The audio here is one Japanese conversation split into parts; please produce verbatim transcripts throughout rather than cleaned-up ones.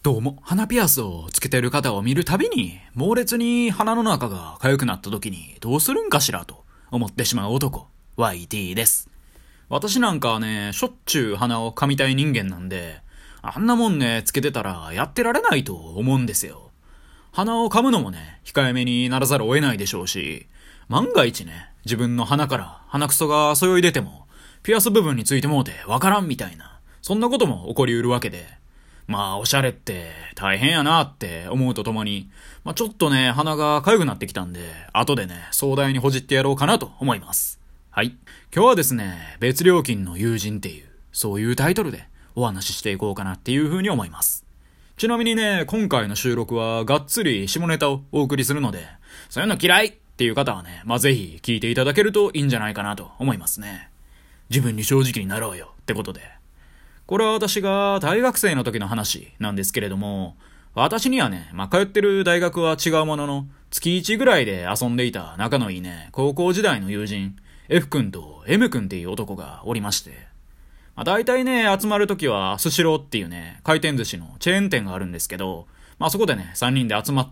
どうも、鼻ピアスをつけてる方を見るたびに、猛烈に鼻の中が痒くなった時にどうするんかしらと思ってしまう男、ワイティー です。私なんかはね、しょっちゅう鼻を噛みたい人間なんで、あんなもんね、つけてたらやってられないと思うんですよ。鼻を噛むのもね、控えめにならざるを得ないでしょうし、万が一ね、自分の鼻から鼻くそがそよい出ても、ピアス部分についてもうてわからんみたいな、そんなことも起こりうるわけで、まあ、おしゃれって大変やなって思うとともに、まあちょっとね、鼻が痒くなってきたんで、後でね、壮大にほじってやろうかなと思います。はい。今日はですね、別料金の友人っていう、そういうタイトルでお話ししていこうかなっていう風に思います。ちなみにね、今回の収録はがっつり下ネタをお送りするので、そういうの嫌いっていう方はね、まあぜひ聞いていただけるといいんじゃないかなと思いますね。自分に正直になろうよってことで。これは私が大学生の時の話なんですけれども、私にはね、まあ、通ってる大学は違うものの、月いちぐらいで遊んでいた仲のいいね、高校時代の友人、F 君と M 君っていう男がおりまして、まあ、大体ね、集まる時はスシローっていうね、回転寿司のチェーン店があるんですけど、まあ、そこでね、さんにんで集まって、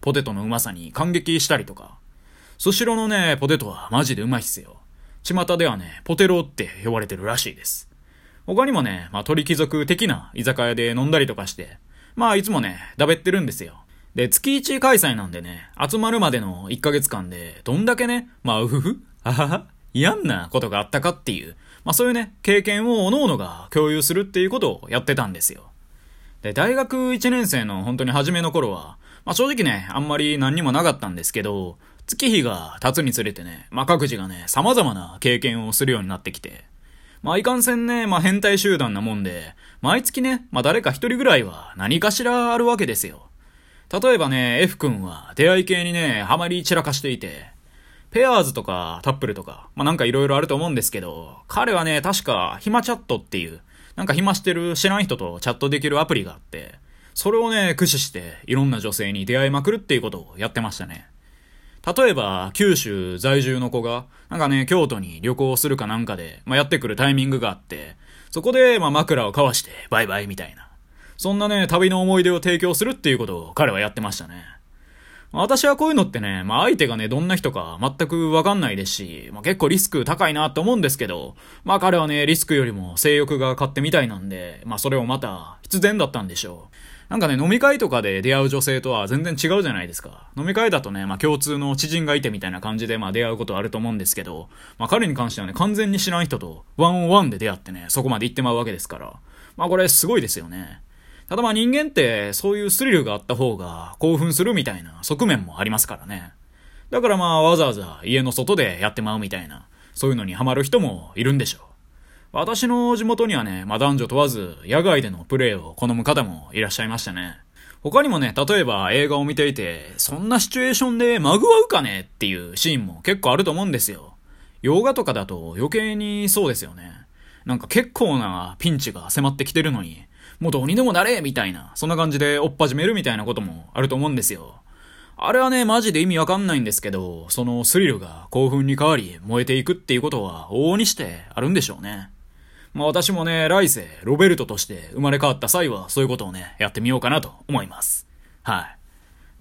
ポテトのうまさに感激したりとか、スシローのね、ポテトはマジでうまいっすよ。巷ではね、ポテローって呼ばれてるらしいです。他にもね、まあ鳥貴族的な居酒屋で飲んだりとかして、まあいつもね、だべってるんですよ。で、月いち開催なんでね、集まるまでのいっかげつかんで、どんだけね、まあうふふ、あはは、嫌んなことがあったかっていう、まあそういうね、経験を各々が共有するっていうことをやってたんですよ。で、大学いちねん生の本当に初めの頃は、まあ正直ね、あんまり何にもなかったんですけど、月日が経つにつれてね、まあ各自がね、様々な経験をするようになってきて、まあいかんせんね、まあ変態集団なもんで、毎月ね、まあ誰か一人ぐらいは何かしらあるわけですよ。例えばね、F 君は出会い系にね、ハマり散らかしていて、ペアーズとかタップルとか、まあなんか色々あると思うんですけど、彼はね、確か暇チャットっていう、なんか暇してる知らん人とチャットできるアプリがあって、それをね、駆使していろんな女性に出会いまくるっていうことをやってましたね。例えば、九州在住の子が、なんかね、京都に旅行するかなんかで、まあ、やってくるタイミングがあって、そこで、まあ、枕を交わして、バイバイみたいな。そんなね、旅の思い出を提供するっていうことを彼はやってましたね。私はこういうのってね、まあ、相手がね、どんな人か全くわかんないですし、まあ、結構リスク高いなって思うんですけど、まあ、彼はね、リスクよりも性欲が勝手みたいなんで、まあ、それをまた必然だったんでしょう。なんかね、飲み会とかで出会う女性とは全然違うじゃないですか。飲み会だとね、まあ共通の知人がいてみたいな感じでまあ出会うことはあると思うんですけど、まあ彼に関してはね、完全に知らん人とワンオンワンで出会ってね、そこまで行ってまうわけですから。まあこれすごいですよね。ただまあ人間ってそういうスリルがあった方が興奮するみたいな側面もありますからね。だからまあわざわざ家の外でやってまうみたいな、そういうのにハマる人もいるんでしょう。私の地元にはね、まあ男女問わず野外でのプレイを好む方もいらっしゃいましたね。他にもね、例えば映画を見ていて、そんなシチュエーションでまぐわうかねっていうシーンも結構あると思うんですよ。洋画とかだと余計にそうですよね。なんか結構なピンチが迫ってきてるのに、もうどうにでもなれみたいな、そんな感じで追っ始めるみたいなこともあると思うんですよ。あれはね、マジで意味わかんないんですけど、そのスリルが興奮に変わり燃えていくっていうことは往々にしてあるんでしょうね。まあ私もね、来世、ロベルトとして生まれ変わった際は、そういうことをね、やってみようかなと思います。はい。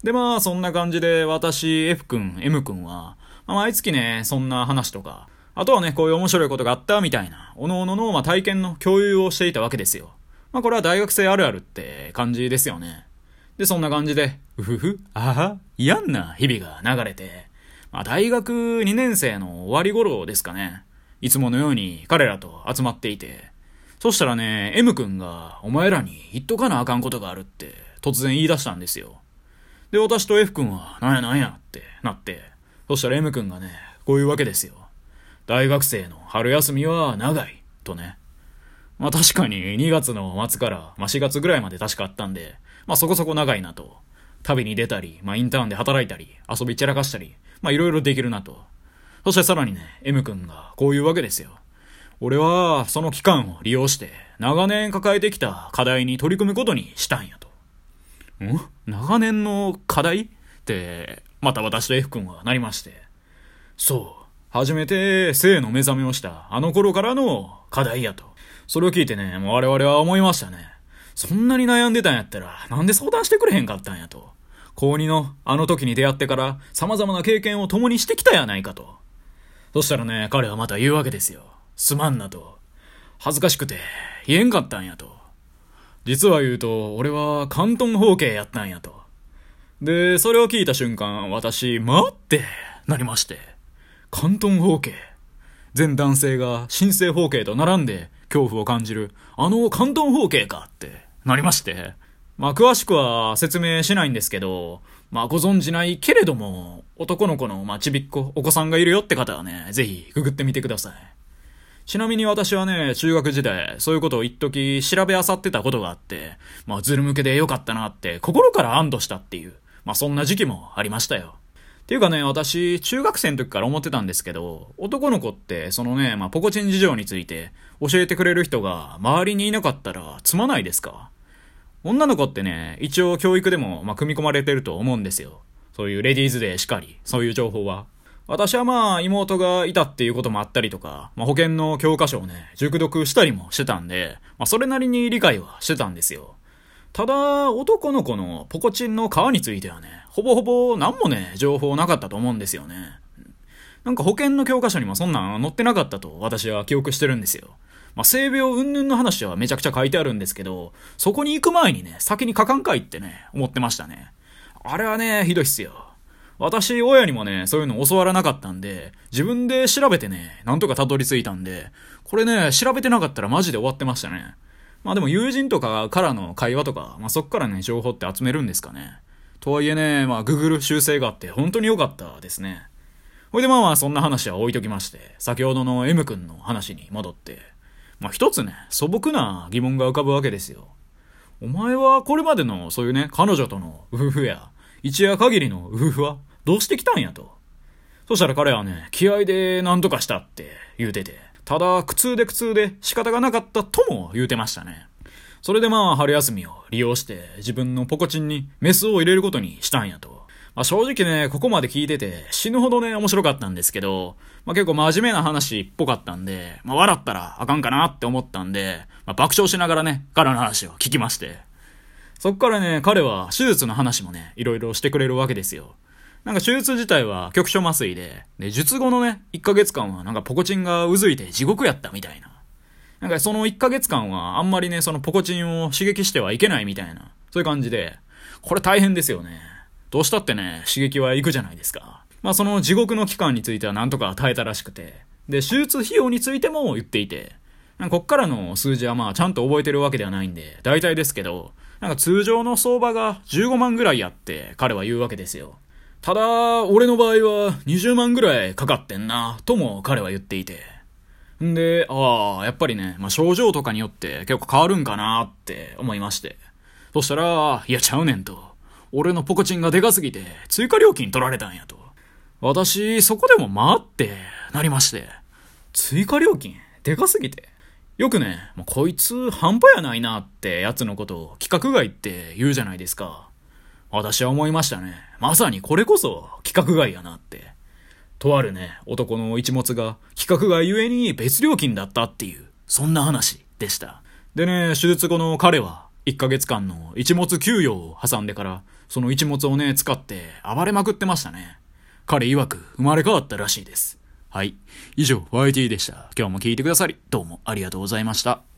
でまあ、そんな感じで、私、F 君、M 君は、まあ、毎月ね、そんな話とか、あとはね、こういう面白いことがあった、みたいな、おのおのの、まあ、体験の共有をしていたわけですよ。まあ、これは大学生あるあるって感じですよね。で、そんな感じで、うふふ、あはは、嫌んな日々が流れて、まあ、大学にねん生の終わり頃ですかね。いつものように彼らと集まっていて、そしたらね、M 君がお前らに言っとかなあかんことがあるって突然言い出したんですよ。で、私と F 君はなんやなんやってなって、そしたら M 君がね、こういうわけですよ。大学生の春休みは長い、とね。まあ確かににがつの末から、まあ、しがつぐらいまで確かあったんで、まあそこそこ長いなと。旅に出たり、まあインターンで働いたり、遊び散らかしたり、まあいろいろできるなと。そしてさらにね、M 君がこういうわけですよ。俺はその期間を利用して長年抱えてきた課題に取り組むことにしたんやと。ん？長年の課題って、また私と F 君はなりまして。そう。初めて性の目覚めをしたあの頃からの課題やと。それを聞いてね、もう我々は思いましたね。 そんなに悩んでたんやったら、なんで相談してくれへんかったんやと。高にのあの時に出会ってから様々な経験を共にしてきたやないかと。そしたらね、彼はまた言うわけですよ。すまんなと。恥ずかしくて言えんかったんやと。実は言うと、俺は関東方形やったんやと。で、それを聞いた瞬間、私、待ってなりまして。関東方形。全男性が新生方形と並んで恐怖を感じる、あの関東方形かってなりまして。まあ詳しくは説明しないんですけど、まあご存じないけれども、男の子のまあちびっ子、お子さんがいるよって方はね、ぜひググってみてください。ちなみに私はね、中学時代、そういうことを一時調べ漁ってたことがあって、まあズル向けでよかったなって心から安堵したっていう、まあそんな時期もありましたよ。っていうかね、私、中学生の時から思ってたんですけど、男の子って、そのね、まあポコチン事情について教えてくれる人が周りにいなかったらつまないですか？女の子ってね、一応教育でもまあ組み込まれてると思うんですよ。そういうレディーズデーしかり、そういう情報は。私はまあ妹がいたっていうこともあったりとか、まあ保険の教科書をね、熟読したりもしてたんで、まあそれなりに理解はしてたんですよ。ただ、男の子のポコチンの皮についてはね、ほぼほぼ何もね、情報なかったと思うんですよね。なんか保険の教科書にもそんなん載ってなかったと私は記憶してるんですよ。まあ、性病云々の話はめちゃくちゃ書いてあるんですけど、そこに行く前にね、先に書かんかいってね、思ってましたね。あれはね、ひどいっすよ。私、親にもね、そういうの教わらなかったんで、自分で調べてね、なんとかたどり着いたんで、これね、調べてなかったらマジで終わってましたね。まあでも友人とかからの会話とか、まあそっからね、情報って集めるんですかね。とはいえね、まあググる習性があって本当に良かったですね。ほいでまあまあそんな話は置いときまして、先ほどの M 君の話に戻って、まあ一つね、素朴な疑問が浮かぶわけですよ。お前はこれまでのそういうね、彼女との夫婦や、一夜限りの夫婦はどうしてきたんやと。そしたら彼はね、気合で何とかしたって言うてて、ただ苦痛で苦痛で仕方がなかったとも言うてましたね。それでまあ春休みを利用して自分のポコチンにメスを入れることにしたんやと。まあ正直ね、ここまで聞いてて死ぬほどね、面白かったんですけど、まあ結構真面目な話っぽかったんで、まあ笑ったらあかんかなって思ったんで、まあ爆笑しながらね、彼の話を聞きまして。そっからね、彼は手術の話もね、いろいろしてくれるわけですよ。なんか手術自体は局所麻酔で、で、術後のね、いっかげつかんはなんかポコチンがうずいて地獄やったみたいな。なんかそのいっかげつかんはあんまりね、そのポコチンを刺激してはいけないみたいな、そういう感じで、これ大変ですよね。どうしたってね、刺激はいくじゃないですか。まあその地獄の期間についてはなんとか耐えたらしくて、で、手術費用についても言っていて、なんかこっからの数字はまあちゃんと覚えてるわけではないんで、大体ですけど、なんか通常の相場がじゅうごまんぐらいやって彼は言うわけですよ。ただ、俺の場合はにじゅうまんぐらいかかってんな、とも彼は言っていて。んで、ああ、やっぱりね、まあ、症状とかによって結構変わるんかなって思いまして。そしたら、いやちゃうねんと。俺のポコチンがでかすぎて追加料金取られたんやと。私、そこでも待ってなりまして。追加料金でかすぎて。よくね、もうこいつ半端やないなってやつのことを規格外って言うじゃないですか。私は思いましたね。まさにこれこそ規格外やなって。とあるね、男の一物が規格外ゆえに別料金だったっていう、そんな話でした。でね、手術後の彼はいっかげつかんの一物休養を挟んでから、その一物をね、使って暴れまくってましたね。彼曰く生まれ変わったらしいです。はい。以上、ワイティー でした。今日も聞いてくださり、どうもありがとうございました。